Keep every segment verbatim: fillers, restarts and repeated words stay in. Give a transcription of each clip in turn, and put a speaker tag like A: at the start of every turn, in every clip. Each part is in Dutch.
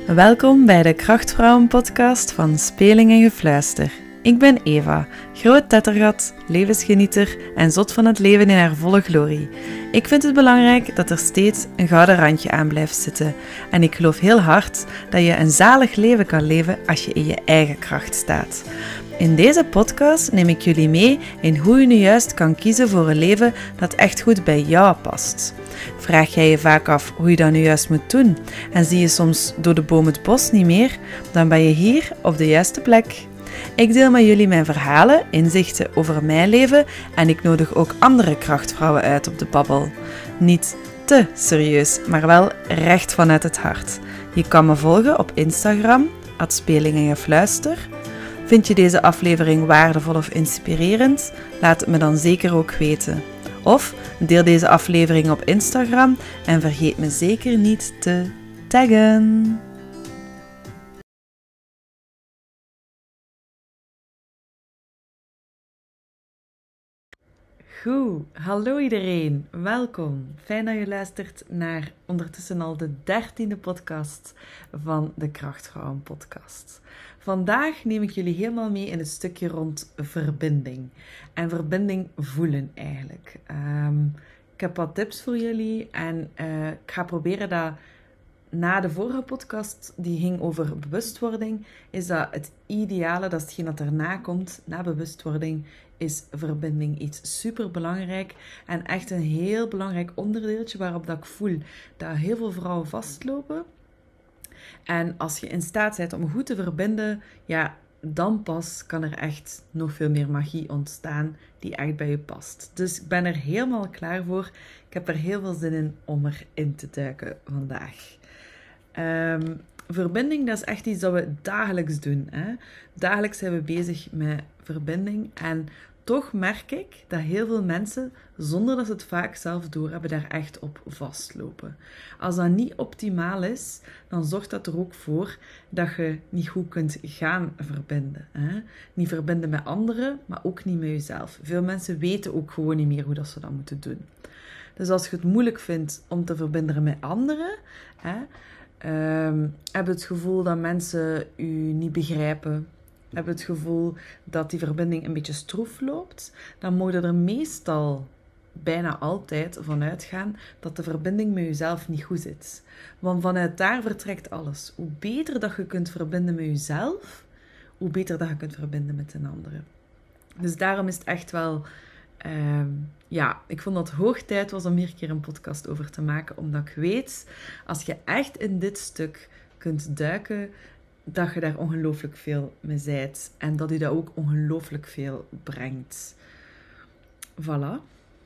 A: Welkom bij de Krachtvrouwen-podcast van Speling en Gefluister. Ik ben Eva, groot tettergat, levensgenieter en zot van het leven in haar volle glorie. Ik vind het belangrijk dat er steeds een gouden randje aan blijft zitten. En ik geloof heel hard dat je een zalig leven kan leven als je in je eigen kracht staat. In deze podcast neem ik jullie mee in hoe je nu juist kan kiezen voor een leven dat echt goed bij jou past. Vraag jij je vaak af hoe je dat nu juist moet doen en zie je soms door de boom het bos niet meer, dan ben je hier op de juiste plek. Ik deel met jullie mijn verhalen, inzichten over mijn leven en ik nodig ook andere krachtvrouwen uit op de babbel. Niet te serieus, maar wel recht vanuit het hart. Je kan me volgen op Instagram, at Speling en Gefluister. Vind je deze aflevering waardevol of inspirerend? Laat het me dan zeker ook weten. Of deel deze aflevering op Instagram en vergeet me zeker niet te taggen. Goed, hallo iedereen, welkom. Fijn dat je luistert naar ondertussen al de dertiende podcast van de Krachtvrouwen podcast. Vandaag neem ik jullie helemaal mee in het stukje rond verbinding. En verbinding voelen eigenlijk. Um, ik heb wat tips voor jullie en uh, ik ga proberen dat na de vorige podcast, die ging over bewustwording, is dat het ideale, dat is hetgeen dat erna komt, na bewustwording, is verbinding iets superbelangrijk en echt een heel belangrijk onderdeeltje waarop dat ik voel dat heel veel vrouwen vastlopen. En als je in staat bent om goed te verbinden, ja, dan pas kan er echt nog veel meer magie ontstaan die echt bij je past. Dus ik ben er helemaal klaar voor. Ik heb er heel veel zin in om erin te duiken vandaag. Um, verbinding, dat is echt iets dat we dagelijks doen. Hè? Dagelijks zijn we bezig met verbinding en toch merk ik dat heel veel mensen, zonder dat ze het vaak zelf doorhebben, daar echt op vastlopen. Als dat niet optimaal is, dan zorgt dat er ook voor dat je niet goed kunt gaan verbinden. Hè? Niet verbinden met anderen, maar ook niet met jezelf. Veel mensen weten ook gewoon niet meer hoe dat ze dat moeten doen. Dus als je het moeilijk vindt om te verbinden met anderen, hè, um, heb je het gevoel dat mensen je niet begrijpen, hebben het gevoel dat die verbinding een beetje stroef loopt, dan moet je er meestal bijna altijd van uitgaan dat de verbinding met jezelf niet goed zit. Want vanuit daar vertrekt alles. Hoe beter dat je kunt verbinden met jezelf, hoe beter dat je kunt verbinden met een andere. Dus daarom is het echt wel... Uh, ja, ik vond dat het hoog tijd was om hier een keer een podcast over te maken, omdat ik weet, als je echt in dit stuk kunt duiken, dat je daar ongelooflijk veel mee zijt. En dat je dat ook ongelooflijk veel brengt. Voilà.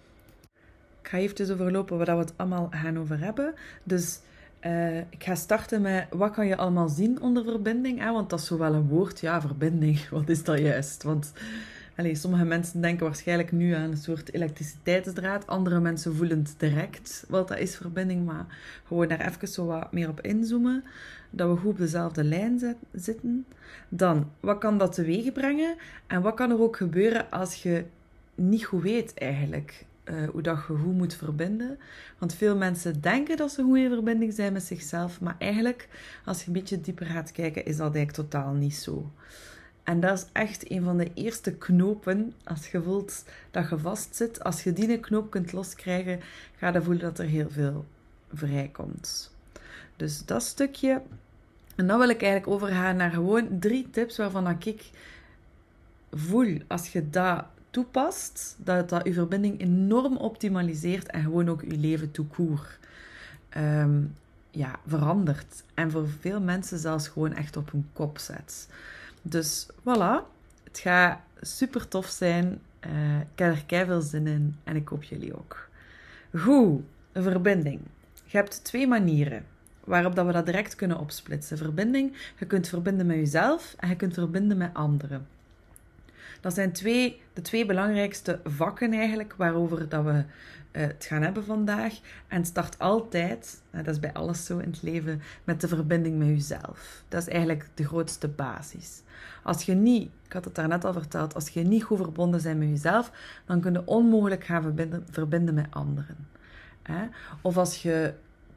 A: Ik ga even overlopen waar we het allemaal gaan over hebben. Dus uh, ik ga starten met, wat kan je allemaal zien onder verbinding? Hè? Want dat is zo wel een woord. Ja, verbinding. Wat is dat juist? Want allez, sommige mensen denken waarschijnlijk nu aan een soort elektriciteitsdraad. Andere mensen voelen het direct wat dat is verbinding. Maar gewoon daar even zo wat meer op inzoomen. Dat we goed op dezelfde lijn zet, zitten. Dan, wat kan dat teweeg brengen? En wat kan er ook gebeuren als je niet goed weet eigenlijk uh, hoe dat je goed moet verbinden? Want veel mensen denken dat ze goed in verbinding zijn met zichzelf. Maar eigenlijk, als je een beetje dieper gaat kijken, is dat eigenlijk totaal niet zo. En dat is echt een van de eerste knopen. Als je voelt dat je vastzit, als je die knoop kunt loskrijgen, ga je voelen dat er heel veel vrijkomt. Dus dat stukje. En dan wil ik eigenlijk overgaan naar gewoon drie tips waarvan ik voel, als je dat toepast, dat dat je verbinding enorm optimaliseert en gewoon ook je leven tout court um, ja, verandert. En voor veel mensen zelfs gewoon echt op hun kop zet. Dus voilà, het gaat super tof zijn. Uh, ik heb er keiveel zin in en ik hoop jullie ook. Goed, een verbinding. Je hebt twee manieren waarop dat we dat direct kunnen opsplitsen. Verbinding, je kunt verbinden met jezelf en je kunt verbinden met anderen. Dat zijn twee, de twee belangrijkste vakken eigenlijk waarover dat we uh, het gaan hebben vandaag. En het start altijd, uh, dat is bij alles zo in het leven, met de verbinding met jezelf. Dat is eigenlijk de grootste basis. Als je niet, ik had het daarnet al verteld, als je niet goed verbonden bent met jezelf, dan kun je onmogelijk gaan verbinden, verbinden met anderen. Uh, of als je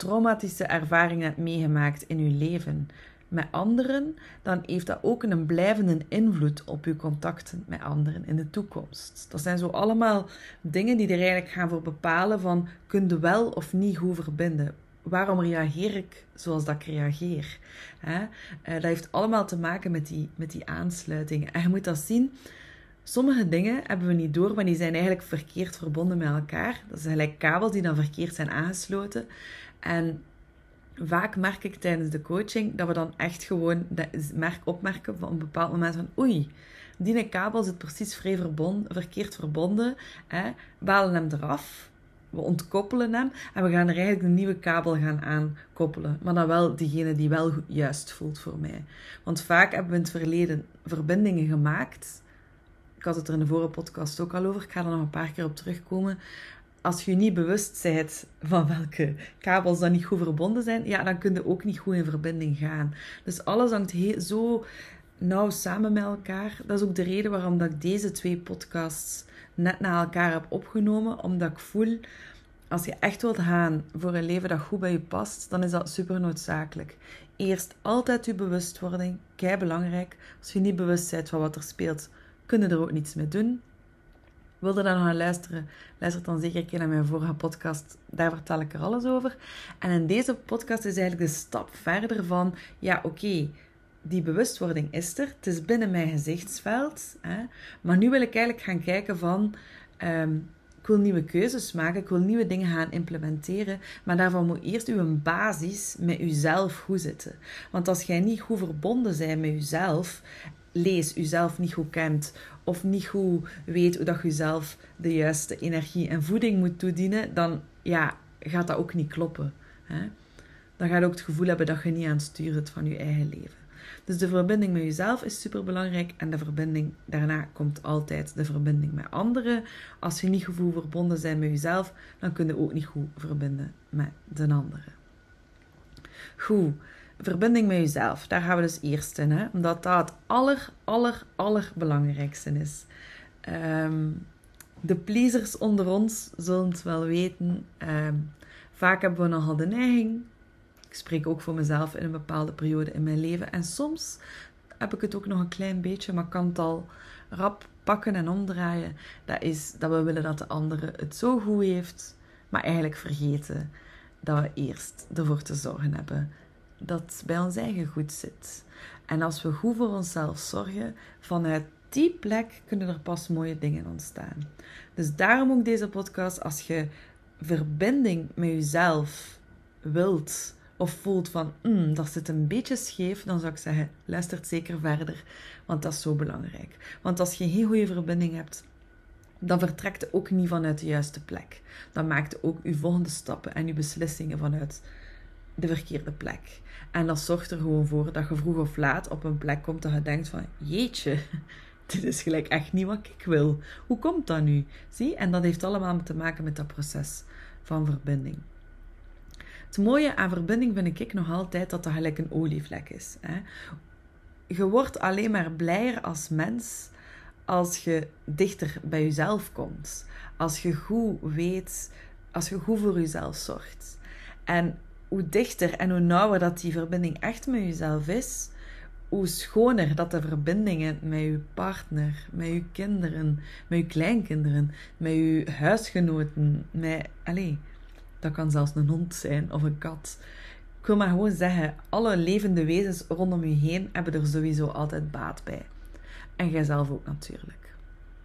A: traumatische ervaringen hebt meegemaakt in je leven met anderen, dan heeft dat ook een blijvende invloed op je contacten met anderen in de toekomst. Dat zijn zo allemaal dingen die er eigenlijk gaan voor bepalen van, kun je wel of niet goed verbinden? Waarom reageer ik zoals dat ik reageer? Hè? Dat heeft allemaal te maken met die, met die aansluitingen. En je moet dat zien, sommige dingen hebben we niet door, maar die zijn eigenlijk verkeerd verbonden met elkaar. Dat zijn gelijk kabels die dan verkeerd zijn aangesloten. En vaak merk ik tijdens de coaching dat we dan echt gewoon merk opmerken van een bepaald moment van oei, die kabel zit precies vrij verbonden, verkeerd verbonden. Hè? We halen hem eraf, we ontkoppelen hem en we gaan er eigenlijk een nieuwe kabel gaan aankoppelen. Maar dan wel diegene die wel juist voelt voor mij. Want vaak hebben we in het verleden verbindingen gemaakt. Ik had het er in de vorige podcast ook al over. Ik ga er nog een paar keer op terugkomen. Als je je niet bewust bent van welke kabels dan niet goed verbonden zijn, ja, dan kun je ook niet goed in verbinding gaan. Dus alles hangt he- zo nauw samen met elkaar. Dat is ook de reden waarom dat ik deze twee podcasts net na elkaar heb opgenomen. Omdat ik voel, als je echt wilt gaan voor een leven dat goed bij je past, dan is dat super noodzakelijk. Eerst altijd je bewustwording, kei belangrijk. Als je niet bewust bent van wat er speelt, kun je er ook niets mee doen. Wil je daar nog aan luisteren? Luister dan zeker een keer naar mijn vorige podcast. Daar vertel ik er alles over. En in deze podcast is eigenlijk de stap verder van, ja oké, okay, die bewustwording is er. Het is binnen mijn gezichtsveld. Hè? Maar nu wil ik eigenlijk gaan kijken van, um, ik wil nieuwe keuzes maken. Ik wil nieuwe dingen gaan implementeren. Maar daarvan moet eerst uw basis met uzelf goed zitten. Want als jij niet goed verbonden bent met uzelf, lees, uzelf niet goed kent, of niet goed weet hoe dat je zelf de juiste energie en voeding moet toedienen, dan ja, gaat dat ook niet kloppen. Hè? Dan ga je ook het gevoel hebben dat je niet aan het stuur zit van je eigen leven. Dus de verbinding met jezelf is superbelangrijk en de verbinding daarna komt altijd de verbinding met anderen. Als je niet goed verbonden bent met jezelf, dan kun je ook niet goed verbinden met de anderen. Goed. Verbinding met jezelf, daar gaan we dus eerst in, hè? Omdat dat het aller, aller, allerbelangrijkste is. Um, de pleasers onder ons zullen het wel weten. Um, vaak hebben we nogal de neiging, ik spreek ook voor mezelf in een bepaalde periode in mijn leven, en soms heb ik het ook nog een klein beetje, maar kan het al rap pakken en omdraaien. Dat is dat we willen dat de andere het zo goed heeft, maar eigenlijk vergeten dat we eerst ervoor te zorgen hebben dat het bij ons eigen goed zit. En als we goed voor onszelf zorgen, vanuit die plek kunnen er pas mooie dingen ontstaan. Dus daarom ook deze podcast. Als je verbinding met jezelf wilt of voelt van, mm, dat zit een beetje scheef, dan zou ik zeggen, luister zeker verder, want dat is zo belangrijk. Want als je geen goede verbinding hebt, dan vertrekt je ook niet vanuit de juiste plek. Dan maakt je ook je volgende stappen en je beslissingen vanuit de verkeerde plek. En dat zorgt er gewoon voor dat je vroeg of laat op een plek komt dat je denkt van, jeetje, dit is gelijk echt niet wat ik wil. Hoe komt dat nu? Zie? En dat heeft allemaal te maken met dat proces van verbinding. Het mooie aan verbinding vind ik nog altijd dat dat gelijk een olievlek is. Hè? Je wordt alleen maar blijer als mens als je dichter bij jezelf komt. Als je goed weet, als je goed voor jezelf zorgt. En hoe dichter en hoe nauwer dat die verbinding echt met jezelf is, hoe schoner dat de verbindingen met je partner, met je kinderen, met je kleinkinderen, met je huisgenoten, met, allez, dat kan zelfs een hond zijn of een kat. Ik wil maar gewoon zeggen, alle levende wezens rondom je heen hebben er sowieso altijd baat bij. En jijzelf ook natuurlijk.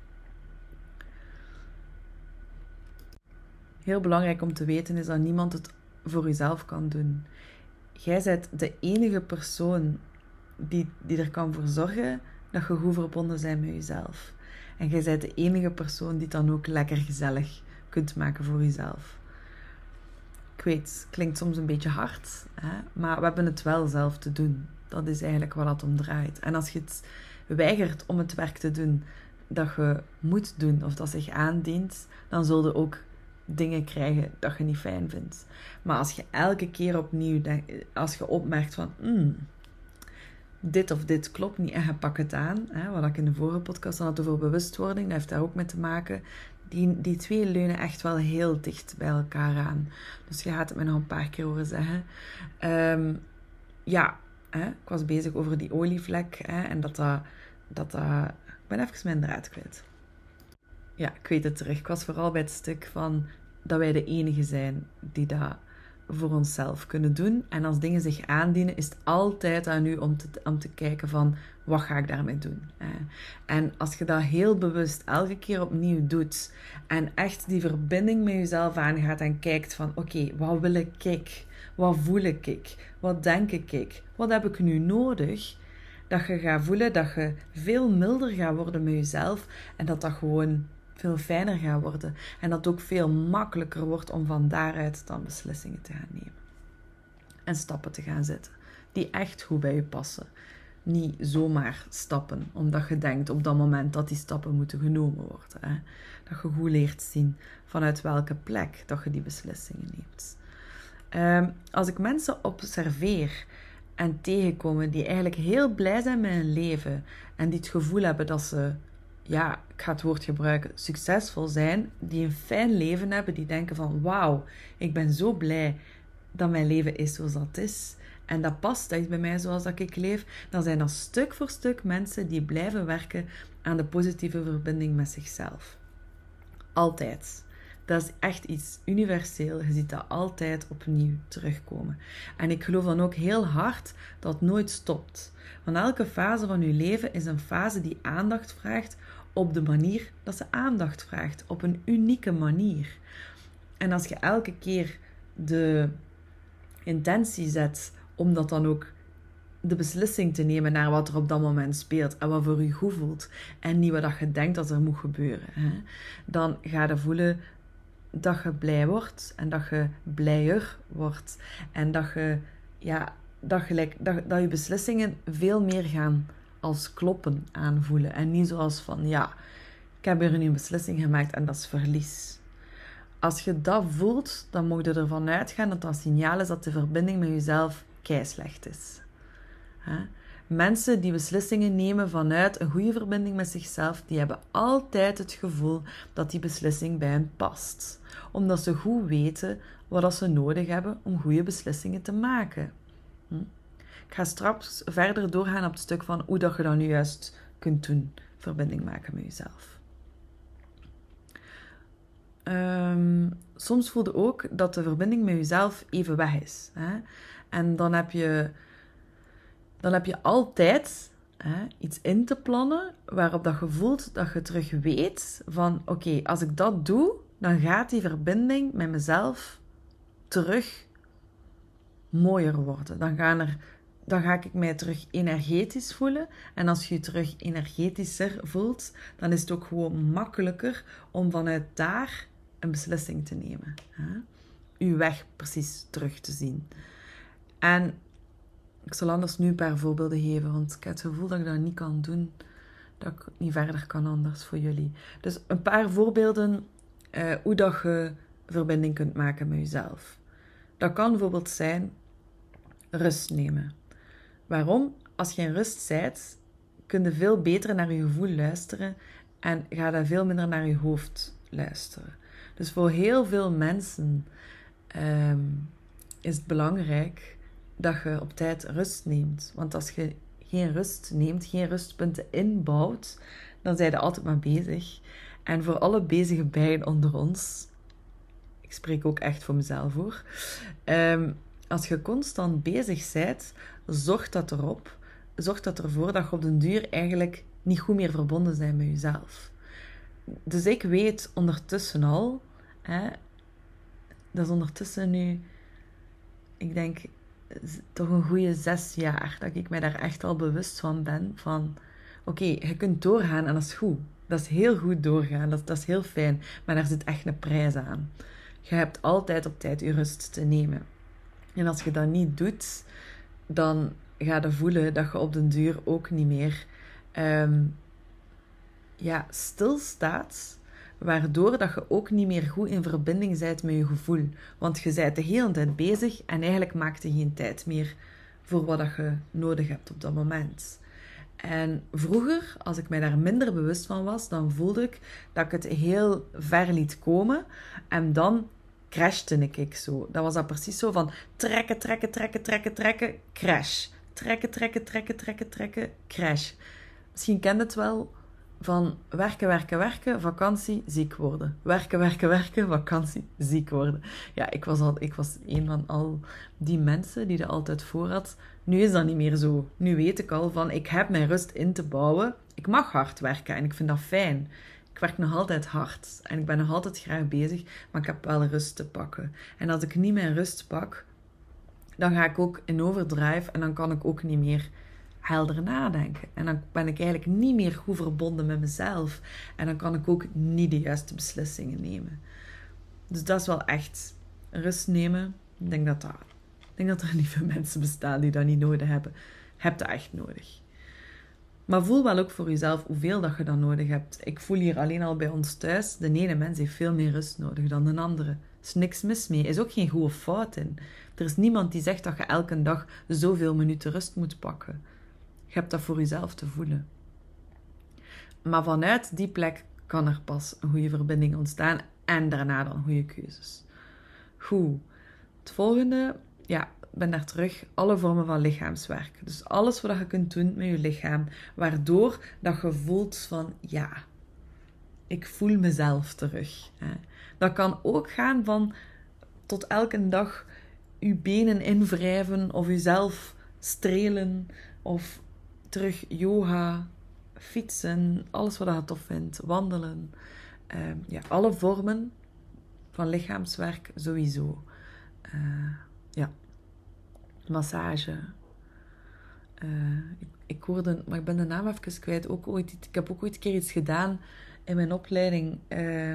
A: Heel belangrijk om te weten is dat niemand het voor jezelf kan doen. Jij bent de enige persoon die, die er kan voor zorgen dat je goed verbonden bent met jezelf. En jij bent de enige persoon die het dan ook lekker gezellig kunt maken voor jezelf. Ik weet, het klinkt soms een beetje hard, hè? Maar we hebben het wel zelf te doen. Dat is eigenlijk wat het om draait. En als je het weigert om het werk te doen dat je moet doen of dat zich aandient, dan zul je ook dingen krijgen dat je niet fijn vindt. Maar als je elke keer opnieuw denkt, als je opmerkt van mm, dit of dit klopt niet en je pakt het aan, hè, wat ik in de vorige podcast had over bewustwording, dat heeft daar ook mee te maken. die, die twee leunen echt wel heel dicht bij elkaar aan. Dus je gaat het mij nog een paar keer horen zeggen. Um, ja, hè, ik was bezig over die olievlek. Hè, en dat dat... dat, dat ik ben even mijn draad kwijt. Ja, ik weet het terug. Ik was vooral bij het stuk van dat wij de enige zijn die dat voor onszelf kunnen doen. En als dingen zich aandienen, is het altijd aan u om te, om te kijken van, wat ga ik daarmee doen? En als je dat heel bewust elke keer opnieuw doet en echt die verbinding met jezelf aangaat en kijkt van, oké, okay, wat wil ik? Wat voel ik? Wat denk ik? Wat heb ik nu nodig? Dat je gaat voelen dat je veel milder gaat worden met jezelf en dat dat gewoon veel fijner gaat worden. En dat het ook veel makkelijker wordt om van daaruit dan beslissingen te gaan nemen. En stappen te gaan zetten die echt goed bij je passen. Niet zomaar stappen, omdat je denkt op dat moment dat die stappen moeten genomen worden. Hè? Dat je goed leert zien vanuit welke plek dat je die beslissingen neemt. Um, als ik mensen observeer en tegenkomen die eigenlijk heel blij zijn met hun leven en die het gevoel hebben dat ze, ja, ik ga het woord gebruiken, succesvol zijn, die een fijn leven hebben, die denken van, wauw, ik ben zo blij dat mijn leven is zoals dat is. En dat past echt bij mij zoals dat ik leef. Dan zijn dat stuk voor stuk mensen die blijven werken aan de positieve verbinding met zichzelf. Altijd. Dat is echt iets universeel. Je ziet dat altijd opnieuw terugkomen. En ik geloof dan ook heel hard dat het nooit stopt. Want elke fase van je leven is een fase die aandacht vraagt op de manier dat ze aandacht vraagt. Op een unieke manier. En als je elke keer de intentie zet om dat dan ook de beslissing te nemen naar wat er op dat moment speelt en wat voor je goed voelt en niet wat je denkt dat er moet gebeuren, hè, dan ga je voelen dat je blij wordt en dat je blijer wordt en dat je, ja, dat, gelijk, dat, dat je beslissingen veel meer gaan als kloppen aanvoelen en niet zoals van, ja, ik heb hier nu een beslissing gemaakt en dat is verlies. Als je dat voelt, dan mag je ervan uitgaan dat dat een signaal is dat de verbinding met jezelf keislecht is. He? Mensen die beslissingen nemen vanuit een goede verbinding met zichzelf, die hebben altijd het gevoel dat die beslissing bij hen past. Omdat ze goed weten wat ze nodig hebben om goede beslissingen te maken. Hm? Ik ga straks verder doorgaan op het stuk van hoe dat je dat nu juist kunt doen. Verbinding maken met jezelf. Um, soms voel je ook dat de verbinding met jezelf even weg is. Hè? En dan heb je, dan heb je altijd hè, iets in te plannen waarop dat je voelt dat je terug weet van oké, okay, als ik dat doe, dan gaat die verbinding met mezelf terug mooier worden. Dan, gaan er, dan ga ik mij terug energetisch voelen. En als je je terug energetischer voelt, dan is het ook gewoon makkelijker om vanuit daar een beslissing te nemen. Hè? Uw weg precies terug te zien. En ik zal anders nu een paar voorbeelden geven, want ik heb het gevoel dat ik dat niet kan doen, dat ik niet verder kan anders voor jullie. Dus een paar voorbeelden uh, hoe dat je verbinding kunt maken met jezelf. Dat kan bijvoorbeeld zijn rust nemen. Waarom? Als je in rust bent, kun je veel beter naar je gevoel luisteren en ga je veel minder naar je hoofd luisteren. Dus voor heel veel mensen um, is het belangrijk dat je op tijd rust neemt. Want als je geen rust neemt, geen rustpunten inbouwt, dan zijn je altijd maar bezig. En voor alle bezige bijen onder ons, ik spreek ook echt voor mezelf hoor, um, als je constant bezig bent, zorgt dat erop, zorgt dat ervoor dat je op den duur eigenlijk niet goed meer verbonden bent met jezelf. Dus ik weet ondertussen al, hè, dat is ondertussen nu, ik denk, toch een goede zes jaar, dat ik mij daar echt al bewust van ben, van, oké, okay, je kunt doorgaan en dat is goed. Dat is heel goed doorgaan, dat, dat is heel fijn, maar daar zit echt een prijs aan. Je hebt altijd op tijd je rust te nemen. En als je dat niet doet, dan ga je voelen dat je op den duur ook niet meer um, ja, stilstaat, waardoor dat je ook niet meer goed in verbinding bent met je gevoel. Want je bent de hele tijd bezig en eigenlijk maakt je geen tijd meer voor wat dat je nodig hebt op dat moment. En vroeger, als ik mij daar minder bewust van was, dan voelde ik dat ik het heel ver liet komen. En dan crashte ik zo. Dat was dat precies zo van trekken, trekken, trekken, trekken, trekken, crash. Trekken, trekken, trekken, trekken, trekken, crash. Misschien kent het wel van werken, werken, werken, vakantie, ziek worden. Werken, werken, werken, vakantie, ziek worden. Ja, ik was, al, ik was een van al die mensen die er altijd voor had. Nu is dat niet meer zo. Nu weet ik al van, ik heb mijn rust in te bouwen. Ik mag hard werken en ik vind dat fijn. Ik werk nog altijd hard en ik ben nog altijd graag bezig, maar ik heb wel rust te pakken. En als ik niet mijn rust pak, dan ga ik ook in overdrive en dan kan ik ook niet meer helder nadenken. En dan ben ik eigenlijk niet meer goed verbonden met mezelf. En dan kan ik ook niet de juiste beslissingen nemen. Dus dat is wel echt rust nemen. Ik denk dat, dat, ik denk dat er niet veel mensen bestaan die dat niet nodig hebben. Heb dat echt nodig. Maar voel wel ook voor jezelf hoeveel dat je dan nodig hebt. Ik voel hier alleen al bij ons thuis, de ene mens heeft veel meer rust nodig dan de andere. Er is niks mis mee. Er is ook geen goede fout in. Er is niemand die zegt dat je elke dag zoveel minuten rust moet pakken. Je hebt dat voor jezelf te voelen. Maar vanuit die plek kan er pas een goede verbinding ontstaan en daarna dan goede keuzes. Goed. Het volgende, ja, ik ben daar terug, alle vormen van lichaamswerk. Dus alles wat je kunt doen met je lichaam, waardoor dat je voelt van, ja, ik voel mezelf terug. Dat kan ook gaan van tot elke dag je benen invrijven of jezelf strelen of terug yoga, fietsen, alles wat je tof vindt, wandelen. Uh, ja, alle vormen van lichaamswerk sowieso. Uh, ja, massage. Uh, ik, ik hoorde, maar ik ben de naam even kwijt. Ook ooit, ik heb ook ooit een keer iets gedaan in mijn opleiding. Uh,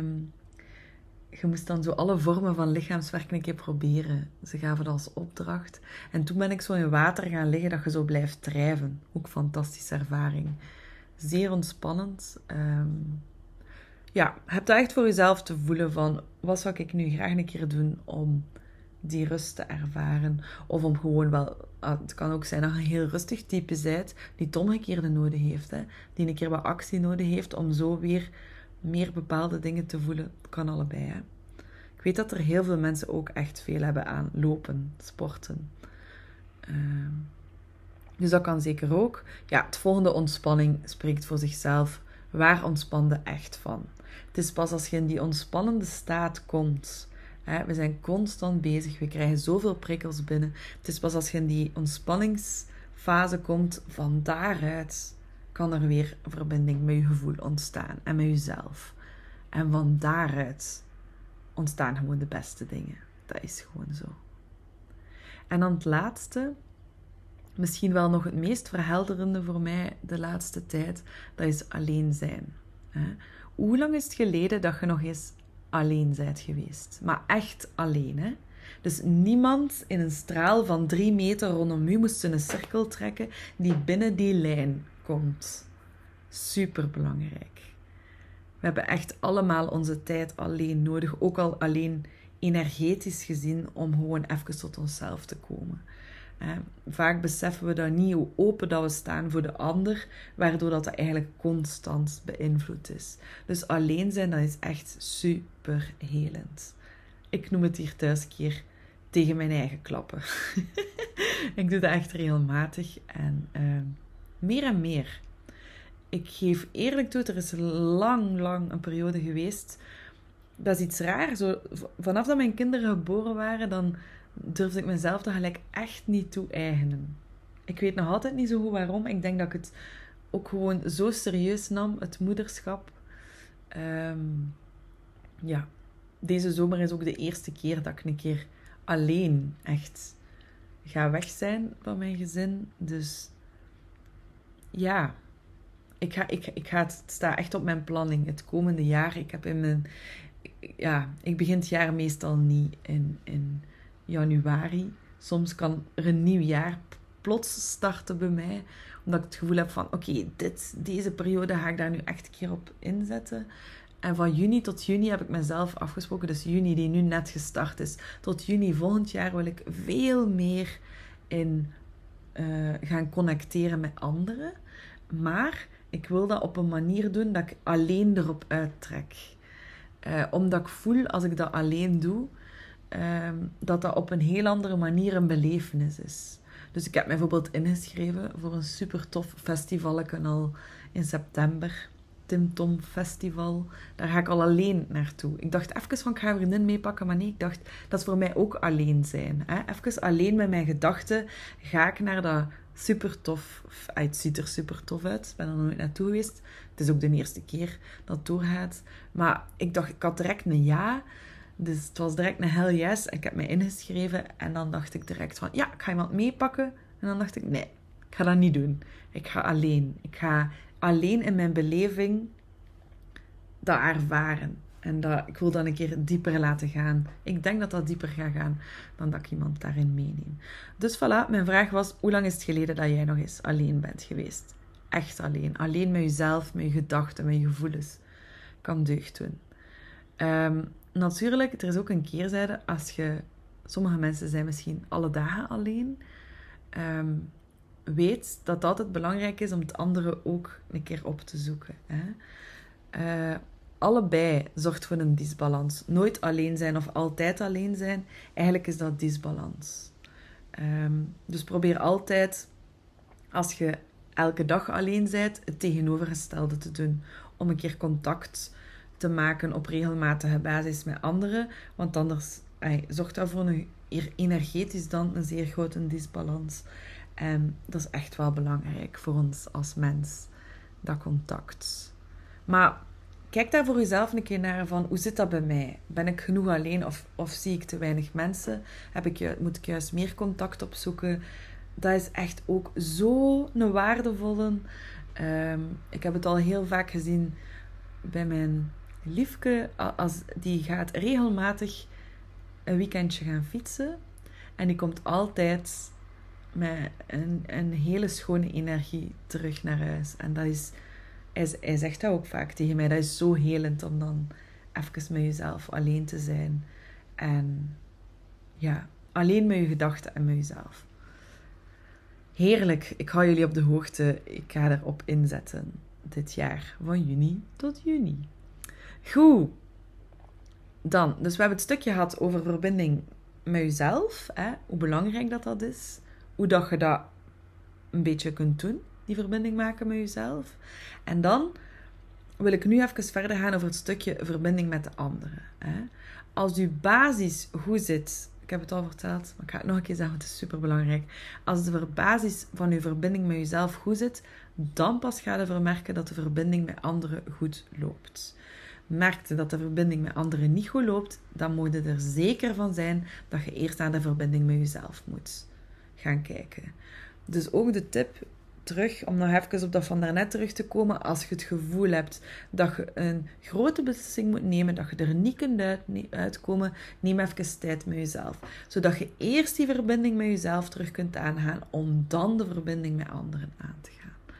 A: je moest dan zo alle vormen van lichaamswerk een keer proberen. Ze gaven dat als opdracht. En toen ben ik zo in water gaan liggen dat je zo blijft drijven. Ook een fantastische ervaring. Zeer ontspannend. Um, ja, heb dat echt voor jezelf te voelen van, wat zou ik nu graag een keer doen om die rust te ervaren? Of om gewoon wel, het kan ook zijn dat je een heel rustig type bent, die het omgekeerde nodig heeft. Hè? Die een keer wat actie nodig heeft om zo weer meer bepaalde dingen te voelen. Het kan allebei, hè. Ik weet dat er heel veel mensen ook echt veel hebben aan lopen, sporten. Uh, dus dat kan zeker ook. Ja, het volgende, ontspanning, spreekt voor zichzelf. Waar ontspande echt van? Het is pas als je in die ontspannende staat komt. Hè, we zijn constant bezig, we krijgen zoveel prikkels binnen. Het is pas als je in die ontspanningsfase komt, van daaruit kan er weer een verbinding met je gevoel ontstaan en met jezelf. En van daaruit ontstaan gewoon de beste dingen. Dat is gewoon zo. En dan het laatste, misschien wel nog het meest verhelderende voor mij de laatste tijd, dat is alleen zijn. Hoe lang is het geleden dat je nog eens alleen bent geweest? Maar echt alleen, hè? Dus niemand in een straal van drie meter rondom u moest een cirkel trekken die binnen die lijn komt. Superbelangrijk. We hebben echt allemaal onze tijd alleen nodig, ook al alleen energetisch gezien, om gewoon even tot onszelf te komen. Eh, vaak beseffen we dan niet hoe open dat we staan voor de ander, waardoor dat eigenlijk constant beïnvloed is. Dus alleen zijn, dat is echt super helend. Ik noem het hier thuis een keer tegen mijn eigen klappen. Ik doe dat echt regelmatig en uh, meer en meer. Ik geef eerlijk toe, er is lang, lang een periode geweest. Dat is iets raar. Zo, vanaf dat mijn kinderen geboren waren, dan durfde ik mezelf er gelijk echt niet toe-eigenen. Ik weet nog altijd niet zo goed waarom. Ik denk dat ik het ook gewoon zo serieus nam, het moederschap. Um, ja, deze zomer is ook de eerste keer dat ik een keer alleen echt ga weg zijn van mijn gezin. Dus ja, ik, ga, ik, ik ga het, het staat echt op mijn planning. Het komende jaar, ik heb in mijn... Ja, ik begin het jaar meestal niet in... in januari. Soms kan er een nieuw jaar plots starten bij mij. Omdat ik het gevoel heb van, oké, okay, dit, deze periode ga ik daar nu echt een keer op inzetten. En van juni tot juni heb ik mezelf afgesproken, dus juni die nu net gestart is, tot juni volgend jaar wil ik veel meer in uh, gaan connecteren met anderen. Maar ik wil dat op een manier doen dat ik alleen erop uittrek. Uh, omdat ik voel, als ik dat alleen doe, uh, dat dat op een heel andere manier een belevenis is. Dus ik heb mij bijvoorbeeld ingeschreven voor een super tof festival. Ik kan al in september, Tim Tom Festival. Daar ga ik al alleen naartoe. Ik dacht even van, ik ga een vriendin meepakken. Maar nee, ik dacht, dat is voor mij ook alleen zijn. Hè? Even alleen met mijn gedachten ga ik naar dat super tof. Het ziet er super tof uit. Ik ben er nog nooit naartoe geweest. Het is ook de eerste keer dat het doorgaat. Maar ik dacht, ik had direct een ja. Dus het was direct een hell yes. Ik heb mij ingeschreven. En dan dacht ik direct van, ja, ik ga iemand meepakken. En dan dacht ik, nee, ik ga dat niet doen. Ik ga alleen. Ik ga alleen in mijn beleving dat ervaren. En dat, ik wil dat een keer dieper laten gaan. Ik denk dat dat dieper gaat gaan dan dat ik iemand daarin meeneem. Dus voilà, mijn vraag was, hoe lang is het geleden dat jij nog eens alleen bent geweest? Echt alleen. Alleen met jezelf, met je gedachten, met je gevoelens. Kan deugd doen. Um, natuurlijk, er is ook een keerzijde. Als je, sommige mensen zijn misschien alle dagen alleen. Um, weet dat het altijd belangrijk is om het andere ook een keer op te zoeken. Hè? Uh, allebei zorgt voor een disbalans. Nooit alleen zijn of altijd alleen zijn. Eigenlijk is dat disbalans. Um, dus probeer altijd, als je elke dag alleen bent, het tegenovergestelde te doen. Om een keer contact te maken op regelmatige basis met anderen. Want anders ay, zorgt dat voor een energetisch dan een zeer grote disbalans. En dat is echt wel belangrijk voor ons als mens. Dat contact. Maar kijk daar voor jezelf een keer naar van, hoe zit dat bij mij? Ben ik genoeg alleen of, of zie ik te weinig mensen? Heb ik, moet ik juist meer contact opzoeken? Dat is echt ook zo'n waardevolle. Um, ik heb het al heel vaak gezien bij mijn liefke. Als, die gaat regelmatig een weekendje gaan fietsen. En die komt altijd met een, een hele schone energie terug naar huis. En dat is, hij, hij zegt dat ook vaak tegen mij. Dat is zo helend om dan even met jezelf alleen te zijn. En ja, alleen met je gedachten en met jezelf. Heerlijk. Ik hou jullie op de hoogte. Ik ga erop inzetten. Dit jaar. Van juni tot juni. Goed. Dan. Dus we hebben het stukje gehad over verbinding met jezelf. Hè? Hoe belangrijk dat dat is. Hoe dat je dat een beetje kunt doen. Die verbinding maken met jezelf. En dan wil ik nu even verder gaan over het stukje verbinding met de anderen. Hè? Als je basis goed zit. Ik heb het al verteld, maar ik ga het nog een keer zeggen, het is superbelangrijk. Als de basis van je verbinding met jezelf goed zit, dan pas ga je vermerken dat de verbinding met anderen goed loopt. Merkte dat de verbinding met anderen niet goed loopt, dan moet je er zeker van zijn dat je eerst naar de verbinding met jezelf moet gaan kijken. Dus ook de tip terug, om nog even op dat van daarnet terug te komen, als je het gevoel hebt dat je een grote beslissing moet nemen, dat je er niet kunt uit, uitkomen, neem even tijd met jezelf. Zodat je eerst die verbinding met jezelf terug kunt aangaan, om dan de verbinding met anderen aan te gaan.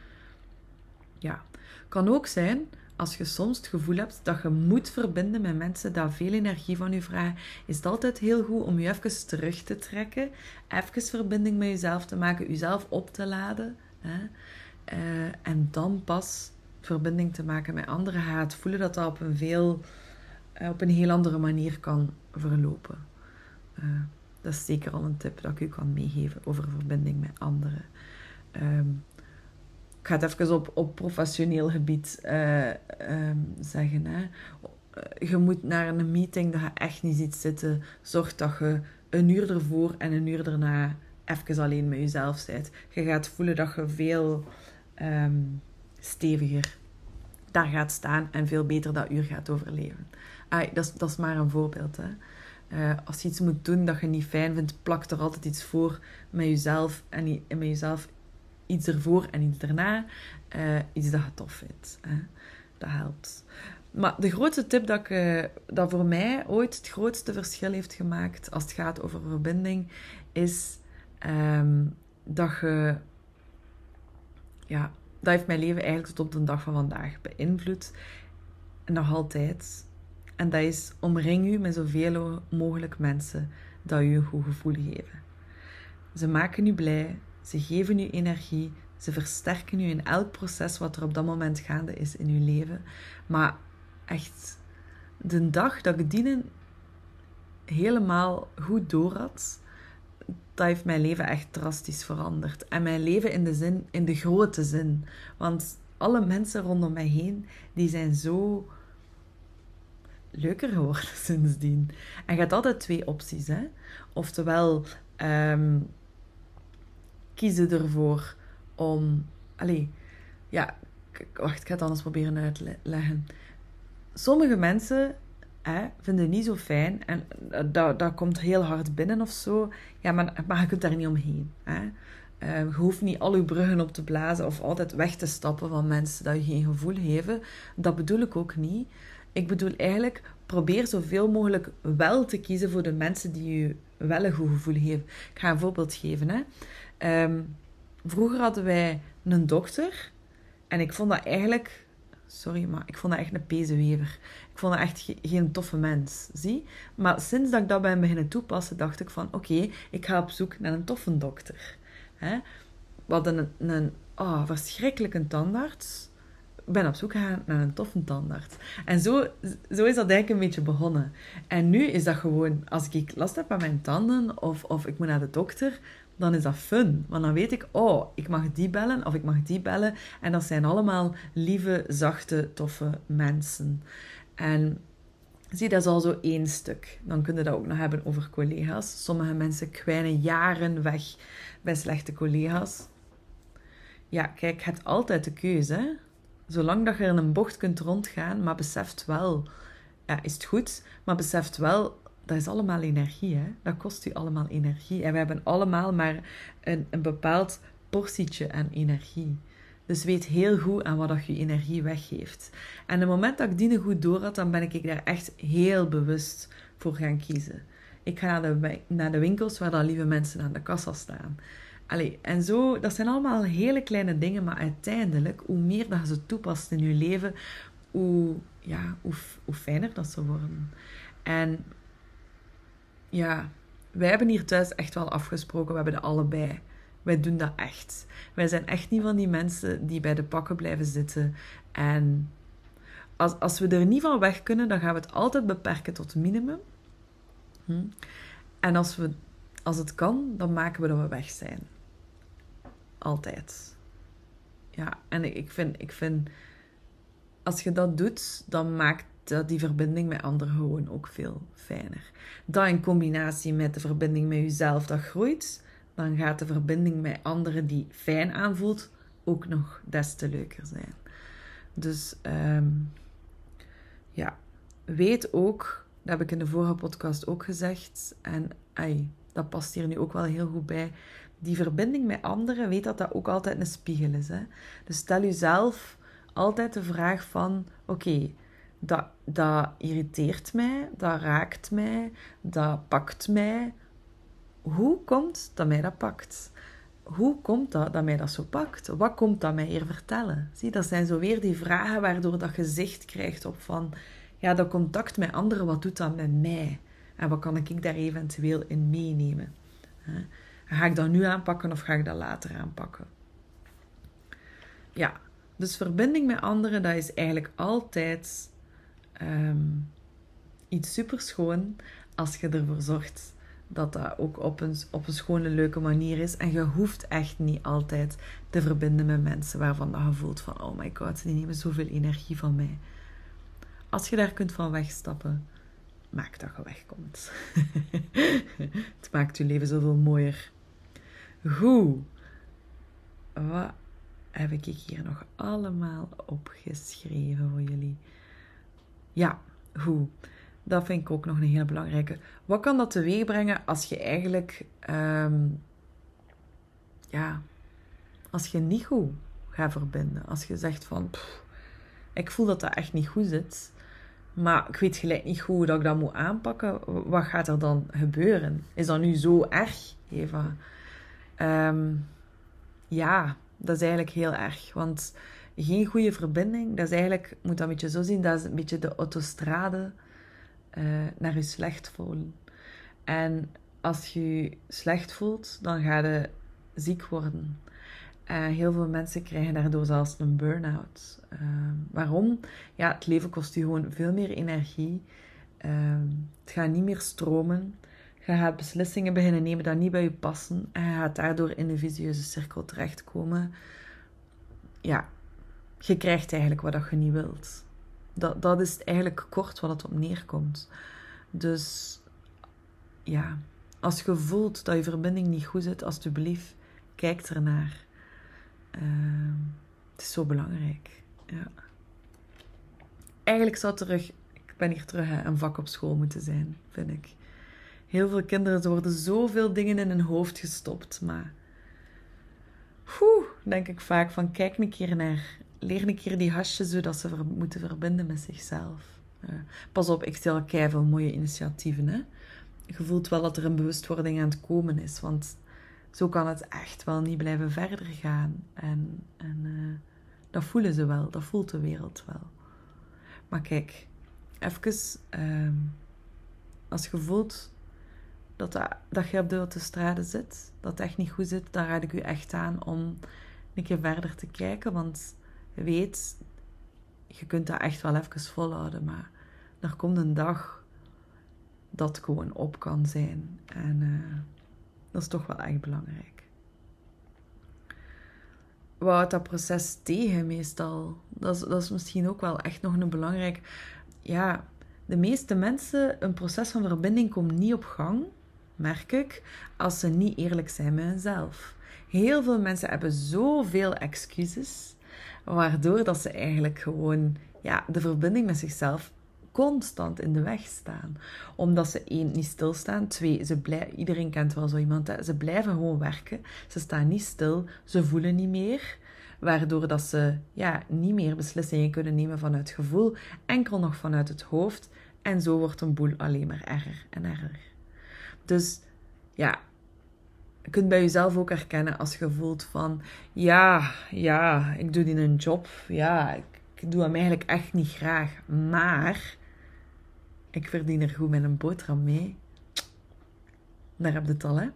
A: Ja, kan ook zijn, als je soms het gevoel hebt dat je moet verbinden met mensen die veel energie van je vragen, is het altijd heel goed om je even terug te trekken, even verbinding met jezelf te maken, jezelf op te laden. Hè? Uh, en dan pas verbinding te maken met anderen, ga het voelen dat dat op een, veel, uh, op een heel andere manier kan verlopen. Uh, dat is zeker al een tip dat ik u kan meegeven over verbinding met anderen. Um, ik ga het even op, op professioneel gebied uh, um, zeggen. Hè? Je moet naar een meeting dat je echt niet ziet zitten. Zorg dat je een uur ervoor en een uur daarna even alleen met jezelf bent. Je gaat voelen dat je veel um, steviger daar gaat staan en veel beter dat uur gaat overleven. Ah, dat, is, dat is maar een voorbeeld. Hè. Uh, als je iets moet doen dat je niet fijn vindt, plak er altijd iets voor met jezelf en, en met jezelf iets ervoor en iets daarna. Uh, iets dat je tof vindt. Hè. Dat helpt. Maar de grootste tip dat, ik, uh, dat voor mij ooit het grootste verschil heeft gemaakt als het gaat over verbinding, is Um, dat je, ja, dat heeft mijn leven eigenlijk tot op de dag van vandaag beïnvloed. En nog altijd. En dat is, omring je met zoveel mogelijk mensen dat je een goed gevoel geven. Ze maken je blij, ze geven je energie, Ze versterken je in elk proces wat er op dat moment gaande is in je leven. Maar echt, de dag dat ik die helemaal goed door had, dat heeft mijn leven echt drastisch veranderd. En mijn leven in de zin, in de grote zin. Want alle mensen rondom mij heen, die zijn zo leuker geworden sindsdien. En je hebt altijd twee opties, hè. Oftewel, um, kiezen ervoor om... Allee, ja, wacht, ik ga het anders proberen uitleggen. Sommige mensen... Hè, vinden het niet zo fijn en dat, dat komt heel hard binnen of zo. Ja, maar, maar je kunt daar niet omheen. Hè. Uh, je hoeft niet al je bruggen op te blazen of altijd weg te stappen van mensen dat je geen gevoel geven. Dat bedoel ik ook niet. Ik bedoel eigenlijk, probeer zoveel mogelijk wel te kiezen voor de mensen die je wel een goed gevoel geven. Ik ga een voorbeeld geven. Hè. Um, vroeger hadden wij een dochter en ik vond dat eigenlijk... Sorry, maar ik vond dat echt een pezewever. Ik vond dat echt ge- geen toffe mens, zie? Maar sinds dat ik dat ben beginnen toepassen, dacht ik van... Oké, okay, ik ga op zoek naar een toffe dokter. Hè? We hadden een, een oh, verschrikkelijke tandarts. Ik ben op zoek gegaan naar een toffe tandarts. En zo, zo is dat eigenlijk een beetje begonnen. En nu is dat gewoon... Als ik last heb aan mijn tanden of, of ik moet naar de dokter... dan is dat fun. Want dan weet ik, oh, ik mag die bellen of ik mag die bellen. En dat zijn allemaal lieve, zachte, toffe mensen. En zie, dat is al zo één stuk. Dan kun je dat ook nog hebben over collega's. Sommige mensen kwijnen jaren weg bij slechte collega's. Ja, kijk, je hebt altijd de keuze, hè. Zolang dat je in een bocht kunt rondgaan, maar beseft wel... Ja, is het goed, maar beseft wel... Dat is allemaal energie, hè. Dat kost u allemaal energie. En we hebben allemaal maar een, een bepaald portietje aan energie. Dus weet heel goed aan wat dat je energie weggeeft. En het moment dat ik die goed door had, dan ben ik daar echt heel bewust voor gaan kiezen. Ik ga naar de, naar de winkels waar dan lieve mensen aan de kassa staan. Allee, en zo, dat zijn allemaal hele kleine dingen, maar uiteindelijk, hoe meer dat je ze toepast in je leven, hoe, ja, hoe, hoe fijner dat ze worden. En... Ja, wij hebben hier thuis echt wel afgesproken. We hebben dat allebei. Wij doen dat echt. Wij zijn echt niet van die mensen die bij de pakken blijven zitten. En als, als we er niet van weg kunnen, dan gaan we het altijd beperken tot minimum. Hm? En als, we, als het kan, dan maken we dat we weg zijn. Altijd. Ja, en ik vind, ik vind... Als je dat doet, dan maakt dat die verbinding met anderen gewoon ook veel fijner. Dat in combinatie met de verbinding met jezelf dat groeit, dan gaat de verbinding met anderen die fijn aanvoelt ook nog des te leuker zijn. Dus um, ja, weet ook, dat heb ik in de vorige podcast ook gezegd, en ai, dat past hier nu ook wel heel goed bij, die verbinding met anderen, weet dat dat ook altijd een spiegel is. Hè? Dus stel jezelf altijd de vraag van, oké, okay, Dat, dat irriteert mij, dat raakt mij, dat pakt mij. Hoe komt dat mij dat pakt? Hoe komt dat dat mij dat zo pakt? Wat komt dat mij hier vertellen? Zie, dat zijn zo weer die vragen waardoor dat je zicht krijgt op van... Ja, dat contact met anderen, wat doet dat met mij? En wat kan ik daar eventueel in meenemen? Ga ik dat nu aanpakken of ga ik dat later aanpakken? Ja, dus verbinding met anderen, dat is eigenlijk altijd... Um, iets superschoon als je ervoor zorgt dat dat ook op een, op een schone, leuke manier is. En je hoeft echt niet altijd te verbinden met mensen waarvan dat je voelt van oh my god, die nemen zoveel energie van mij. Als je daar kunt van wegstappen, maak dat je wegkomt. Het maakt je leven zoveel mooier. Goed. Wat heb ik hier nog allemaal opgeschreven voor jullie? Ja, hoe? Dat vind ik ook nog een heel belangrijke. Wat kan dat teweeg brengen als je eigenlijk... Um, ja, als je niet goed gaat verbinden. Als je zegt van... Pff, ik voel dat dat echt niet goed zit. Maar ik weet gelijk niet goed hoe dat ik dat moet aanpakken. Wat gaat er dan gebeuren? Is dat nu zo erg, Eva? Um, ja, dat is eigenlijk heel erg. Want... Geen goede verbinding, dat is eigenlijk, moet dat een beetje zo zien, dat is een beetje de autostrade uh, naar je slecht voelen. En als je je slecht voelt, dan ga je ziek worden. Uh, heel veel mensen krijgen daardoor zelfs een burn-out. Uh, waarom? Ja, het leven kost je gewoon veel meer energie. Uh, het gaat niet meer stromen. Je gaat beslissingen beginnen nemen die niet bij je passen. En je gaat daardoor in een vicieuze cirkel terechtkomen. Ja, je krijgt eigenlijk wat je niet wilt. Dat, dat is eigenlijk kort wat het op neerkomt. Dus ja, als je voelt dat je verbinding niet goed zit, alsjeblieft, kijk ernaar. Uh, het is zo belangrijk. Ja. Eigenlijk zou terug, ik ben hier terug, hè, een vak op school moeten zijn, vind ik. Heel veel kinderen, er worden zoveel dingen in hun hoofd gestopt, maar Oeh, denk ik vaak van, kijk een keer naar, leer een keer die hasjes zodat ze ver, moeten verbinden met zichzelf. Uh, pas op, ik stel keiveel mooie initiatieven, hè. Je voelt wel dat er een bewustwording aan het komen is, want zo kan het echt wel niet blijven verder gaan. En, en uh, dat voelen ze wel, dat voelt de wereld wel. Maar kijk, even, uh, als je voelt dat, dat, dat je op de autostrade zit, dat het echt niet goed zit, dan raad ik u echt aan om een keer verder te kijken, want je weet, je kunt dat echt wel even volhouden, maar er komt een dag dat het gewoon op kan zijn. En uh, dat is toch wel echt belangrijk. Wat houdt dat proces tegen meestal? Dat is, dat is misschien ook wel echt nog een belangrijk. Ja, de meeste mensen, een proces van verbinding komt niet op gang, merk ik, als ze niet eerlijk zijn met hunzelf. Heel veel mensen hebben zoveel excuses, waardoor dat ze eigenlijk gewoon ja, de verbinding met zichzelf constant in de weg staan. Omdat ze één, niet stilstaan. Twee, ze blij, iedereen kent wel zo iemand. Hè? Ze blijven gewoon werken. Ze staan niet stil. Ze voelen niet meer. Waardoor dat ze ja, niet meer beslissingen kunnen nemen vanuit gevoel. Enkel nog vanuit het hoofd. En zo wordt een boel alleen maar erger en erger. Dus ja, je kunt bij jezelf ook herkennen als je voelt van ja, ja, ik doe die een job. Ja, ik, ik doe hem eigenlijk echt niet graag. Maar ik verdien er goed met een boterham mee. Daar heb je het al, hè.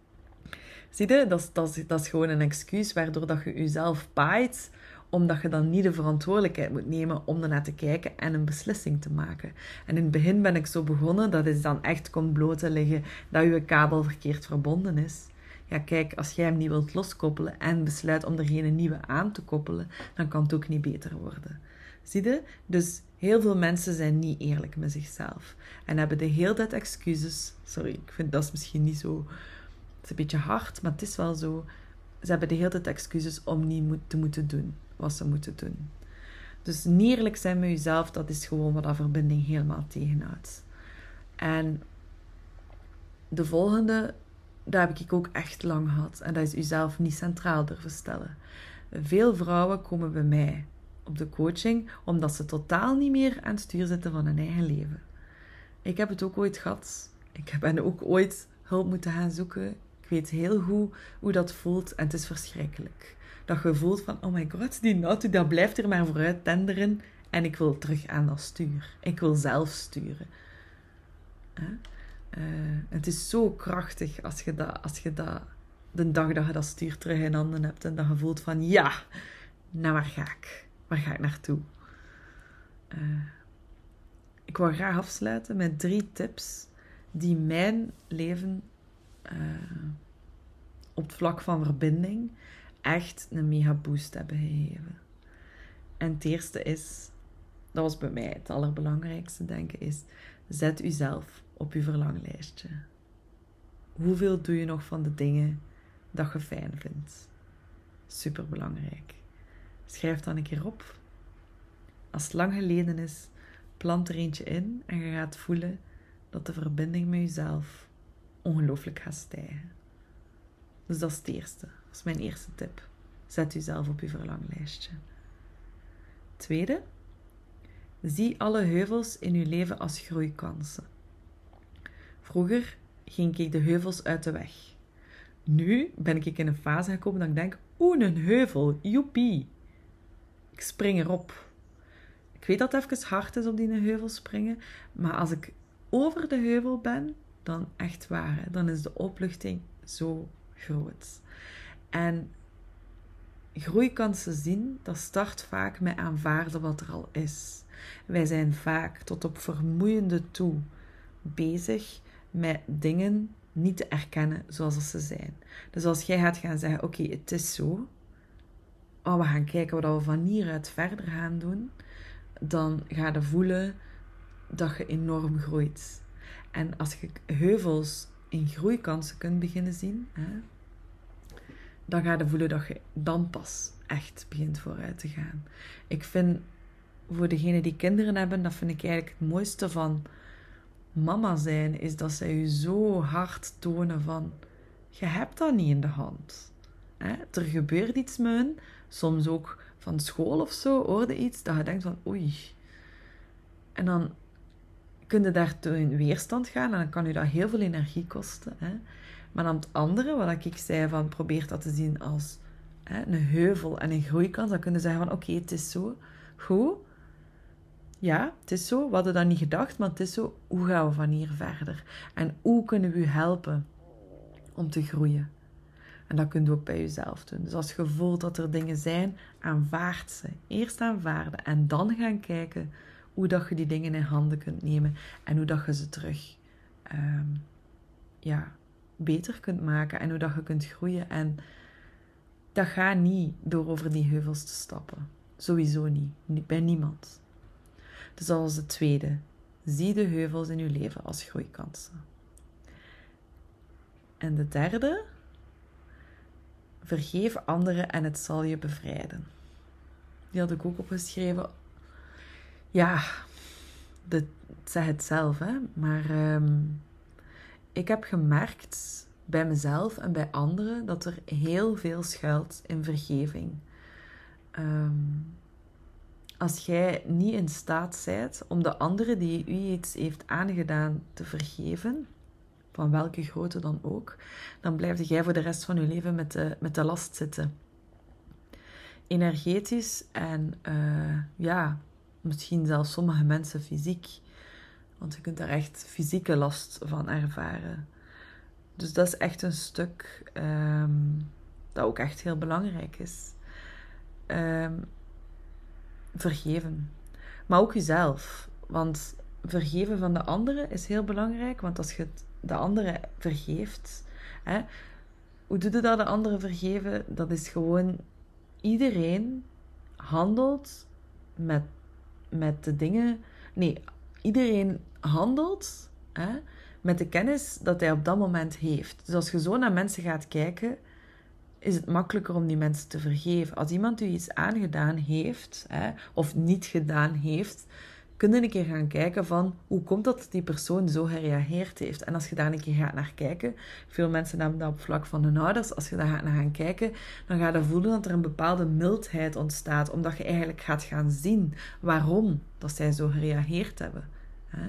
A: Zie je, dat is, dat is, dat is gewoon een excuus waardoor dat je jezelf paait, omdat je dan niet de verantwoordelijkheid moet nemen om ernaar te kijken en een beslissing te maken. En in het begin ben ik zo begonnen, dat is dan echt komt bloot te liggen dat je kabel verkeerd verbonden is. Ja, kijk, als jij hem niet wilt loskoppelen en besluit om er geen nieuwe aan te koppelen, dan kan het ook niet beter worden. Zie je? Dus heel veel mensen zijn niet eerlijk met zichzelf. En hebben de hele tijd excuses. Sorry, ik vind dat is misschien niet zo... Het is een beetje hard, maar het is wel zo. Ze hebben de hele tijd excuses om niet moet, te moeten doen wat ze moeten doen. Dus niet eerlijk zijn met jezelf, dat is gewoon wat dat verbinding helemaal tegenhoudt. En de volgende, daar heb ik ook echt lang gehad. En dat is jezelf niet centraal durven stellen. Veel vrouwen komen bij mij op de coaching, omdat ze totaal niet meer aan het stuur zitten van hun eigen leven. Ik heb het ook ooit gehad. Ik ben ook ooit hulp moeten gaan zoeken. Ik weet heel goed hoe dat voelt en het is verschrikkelijk. Dat je voelt van, oh my god, die auto, dat blijft er maar vooruit tenderen en ik wil terug aan dat stuur. Ik wil zelf sturen. Huh? Uh, het is zo krachtig als je dat, als je dat, de dag dat je dat stuur terug in handen hebt en dat je voelt van, ja, nou waar ga ik? Waar ga ik naartoe? Uh, ik wil graag afsluiten met drie tips die mijn leven uh, op het vlak van verbinding echt een mega boost hebben gegeven. En het eerste is, dat was bij mij het allerbelangrijkste, denk ik, is zet uzelf op je verlanglijstje. Hoeveel doe je nog van de dingen dat je fijn vindt? Superbelangrijk. Schrijf dan een keer op. Als het lang geleden is, plant er eentje in en je gaat voelen dat de verbinding met jezelf ongelooflijk gaat stijgen. Dus dat is het eerste. Dat is mijn eerste tip. Zet jezelf op je verlanglijstje. Tweede, zie alle heuvels in je leven als groeikansen. Vroeger ging ik de heuvels uit de weg. Nu ben ik in een fase gekomen dat ik denk, oeh, een heuvel, joepie. Ik spring erop. Ik weet dat het even hard is op die heuvel springen, maar als ik over de heuvel ben, dan echt waar, hè, dan is de opluchting zo groot. En groeikansen zien, dat start vaak met aanvaarden wat er al is. Wij zijn vaak tot op vermoeiende toe bezig met dingen niet te erkennen zoals ze zijn. Dus als jij gaat gaan zeggen, oké, okay, het is zo. Oh, we gaan kijken wat we van hieruit verder gaan doen. Dan ga je voelen dat je enorm groeit. En als je heuvels in groeikansen kunt beginnen zien, hè, dan ga je voelen dat je dan pas echt begint vooruit te gaan. Ik vind, voor degenen die kinderen hebben, dat vind ik eigenlijk het mooiste van mama zijn, is dat zij je zo hard tonen van, je hebt dat niet in de hand. Hè? Er gebeurt iets met hun, soms ook van school of zo, hoorde iets, dat je denkt van, oei. En dan kun je daartoe in weerstand gaan en dan kan je dat heel veel energie kosten. Hè? Maar dan het andere, wat ik zei, van probeer dat te zien als hè, een heuvel en een groeikans, dan kun je zeggen van, oké, okay, het is zo, goed. Ja, het is zo. We hadden dat niet gedacht, maar het is zo. Hoe gaan we van hier verder? En hoe kunnen we u helpen om te groeien? En dat kun je ook bij jezelf doen. Dus als je voelt dat er dingen zijn, aanvaard ze. Eerst aanvaarden en dan gaan kijken hoe dat je die dingen in handen kunt nemen en hoe dat je ze terug um, ja, beter kunt maken en hoe dat je kunt groeien. En dat gaat niet door over die heuvels te stappen. Sowieso niet. Bij niemand. Dus dat was het tweede. Zie de heuvels in je leven als groeikansen. En de derde. Vergeef anderen en het zal je bevrijden. Die had ik ook opgeschreven. Ja, de, zeg het zelf, hè. Maar um, ik heb gemerkt bij mezelf en bij anderen dat er heel veel schuilt in vergeving. Um, Als jij niet in staat bent om de andere die u iets heeft aangedaan te vergeven, van welke grootte dan ook, dan blijf jij voor de rest van je leven met de, met de last zitten. Energetisch en uh, ja, misschien zelfs sommige mensen fysiek. Want je kunt daar echt fysieke last van ervaren. Dus dat is echt een stuk um, dat ook echt heel belangrijk is. Um, Vergeven. Maar ook jezelf. Want vergeven van de anderen is heel belangrijk. Want als je de anderen vergeeft... Hè, hoe doe je dat, de anderen vergeven? Dat is gewoon... Iedereen handelt met, met de dingen... Nee, iedereen handelt hè, met de kennis dat hij op dat moment heeft. Dus als je zo naar mensen gaat kijken... is het makkelijker om die mensen te vergeven. Als iemand u iets aangedaan heeft, hè, of niet gedaan heeft, kun je een keer gaan kijken van, hoe komt dat die persoon zo gereageerd heeft? En als je daar een keer gaat naar kijken, veel mensen hebben dat op vlak van hun ouders, als je daar gaat naar gaan kijken, dan ga je voelen dat er een bepaalde mildheid ontstaat, omdat je eigenlijk gaat gaan zien waarom dat zij zo gereageerd hebben. Hè?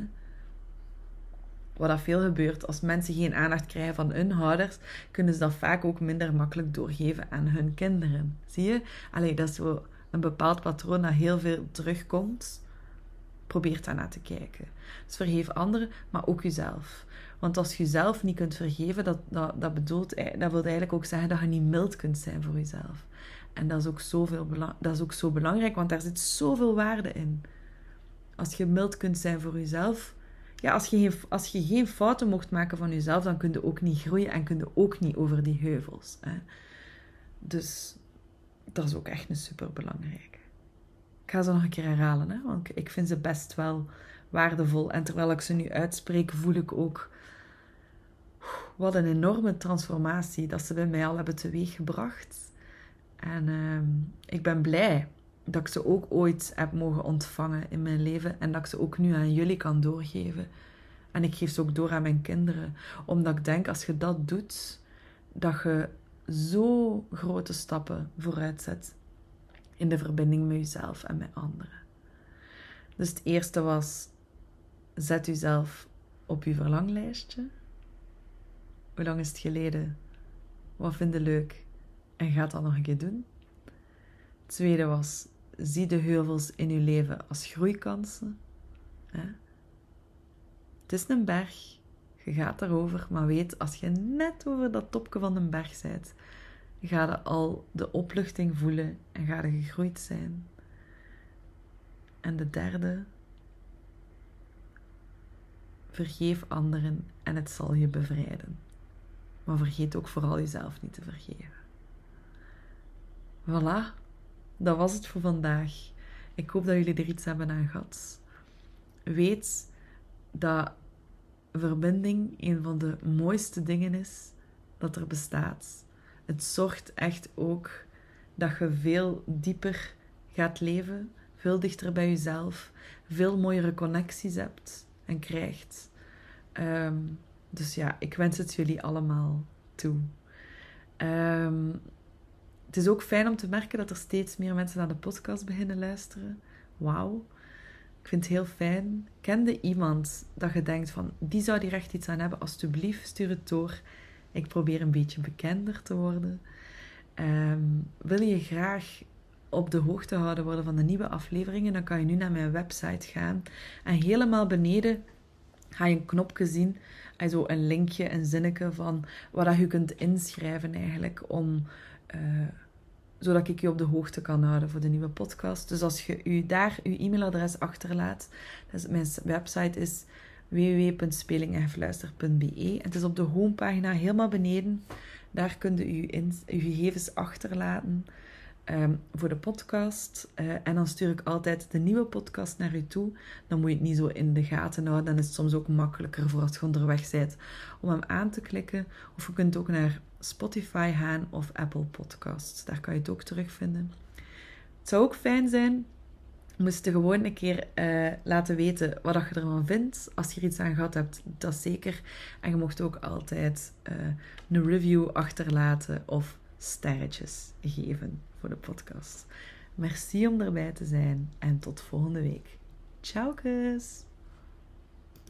A: Wat dat veel gebeurt, als mensen geen aandacht krijgen van hun ouders, kunnen ze dat vaak ook minder makkelijk doorgeven aan hun kinderen. Zie je? Allee, dat is zo een bepaald patroon dat heel veel terugkomt. Probeer daarna te kijken. Dus vergeef anderen, maar ook jezelf. Want als je jezelf niet kunt vergeven, dat, dat, dat, bedoelt, dat wil eigenlijk ook zeggen dat je niet mild kunt zijn voor jezelf. En dat is ook, zoveel belang, dat is ook zo belangrijk, want daar zit zoveel waarde in. Als je mild kunt zijn voor jezelf... Ja, als je, geen, als je geen fouten mocht maken van jezelf, dan kun je ook niet groeien en kun je ook niet over die heuvels. Hè. Dus dat is ook echt een superbelangrijke. Ik ga ze nog een keer herhalen, hè, want ik vind ze best wel waardevol. En terwijl ik ze nu uitspreek, voel ik ook wat een enorme transformatie dat ze bij mij al hebben teweeggebracht. En uh, ik ben blij dat ik ze ook ooit heb mogen ontvangen in mijn leven en dat ik ze ook nu aan jullie kan doorgeven. En ik geef ze ook door aan mijn kinderen. Omdat ik denk, als je dat doet, dat je zo grote stappen vooruit zet in de verbinding met jezelf en met anderen. Dus het eerste was, zet jezelf op je verlanglijstje. Hoe lang is het geleden? Wat vind je leuk? En ga het dan nog een keer doen. Het tweede was, zie de heuvels in je leven als groeikansen. Het is een berg, je gaat daarover, maar weet, als je net over dat topje van de berg bent, ga je al de opluchting voelen en ga je gegroeid zijn. En de derde, vergeef anderen en het zal je bevrijden. Maar vergeet ook vooral jezelf niet te vergeven. Voilà, dat was het voor vandaag. Ik hoop dat jullie er iets hebben aan gehad. Weet dat verbinding een van de mooiste dingen is dat er bestaat. Het zorgt echt ook dat je veel dieper gaat leven, veel dichter bij jezelf, veel mooiere connecties hebt en krijgt. Um, dus ja, ik wens het jullie allemaal toe. Um, het is ook fijn om te merken dat er steeds meer mensen naar de podcast beginnen luisteren. Wauw. Ik vind het heel fijn. Kende iemand dat je denkt van, die zou hier echt iets aan hebben? Alsjeblieft, stuur het door. Ik probeer een beetje bekender te worden. Um, wil je graag op de hoogte houden worden van de nieuwe afleveringen, dan kan je nu naar mijn website gaan. En helemaal beneden ga je een knopje zien, zo een linkje, een zinnetje van waar je kunt inschrijven eigenlijk, om, uh, zodat ik je op de hoogte kan houden voor de nieuwe podcast. Dus als je u daar uw e-mailadres achterlaat, dus mijn website is w w w punt speling en gefluister punt b e. Het is op de homepagina helemaal beneden. Daar kun je uw, in, uw gegevens achterlaten um, voor de podcast. Uh, en dan stuur ik altijd de nieuwe podcast naar u toe. Dan moet je het niet zo in de gaten houden. Dan is het soms ook makkelijker voor als je onderweg bent om hem aan te klikken. Of je kunt ook naar Spotify gaan of Apple Podcasts. Daar kan je het ook terugvinden. Het zou ook fijn zijn moest je gewoon een keer uh, laten weten wat je ervan vindt. Als je er iets aan gehad hebt, dat zeker. En je mocht ook altijd uh, een review achterlaten of sterretjes geven voor de podcast. Merci om erbij te zijn en tot volgende week. Ciao, kus!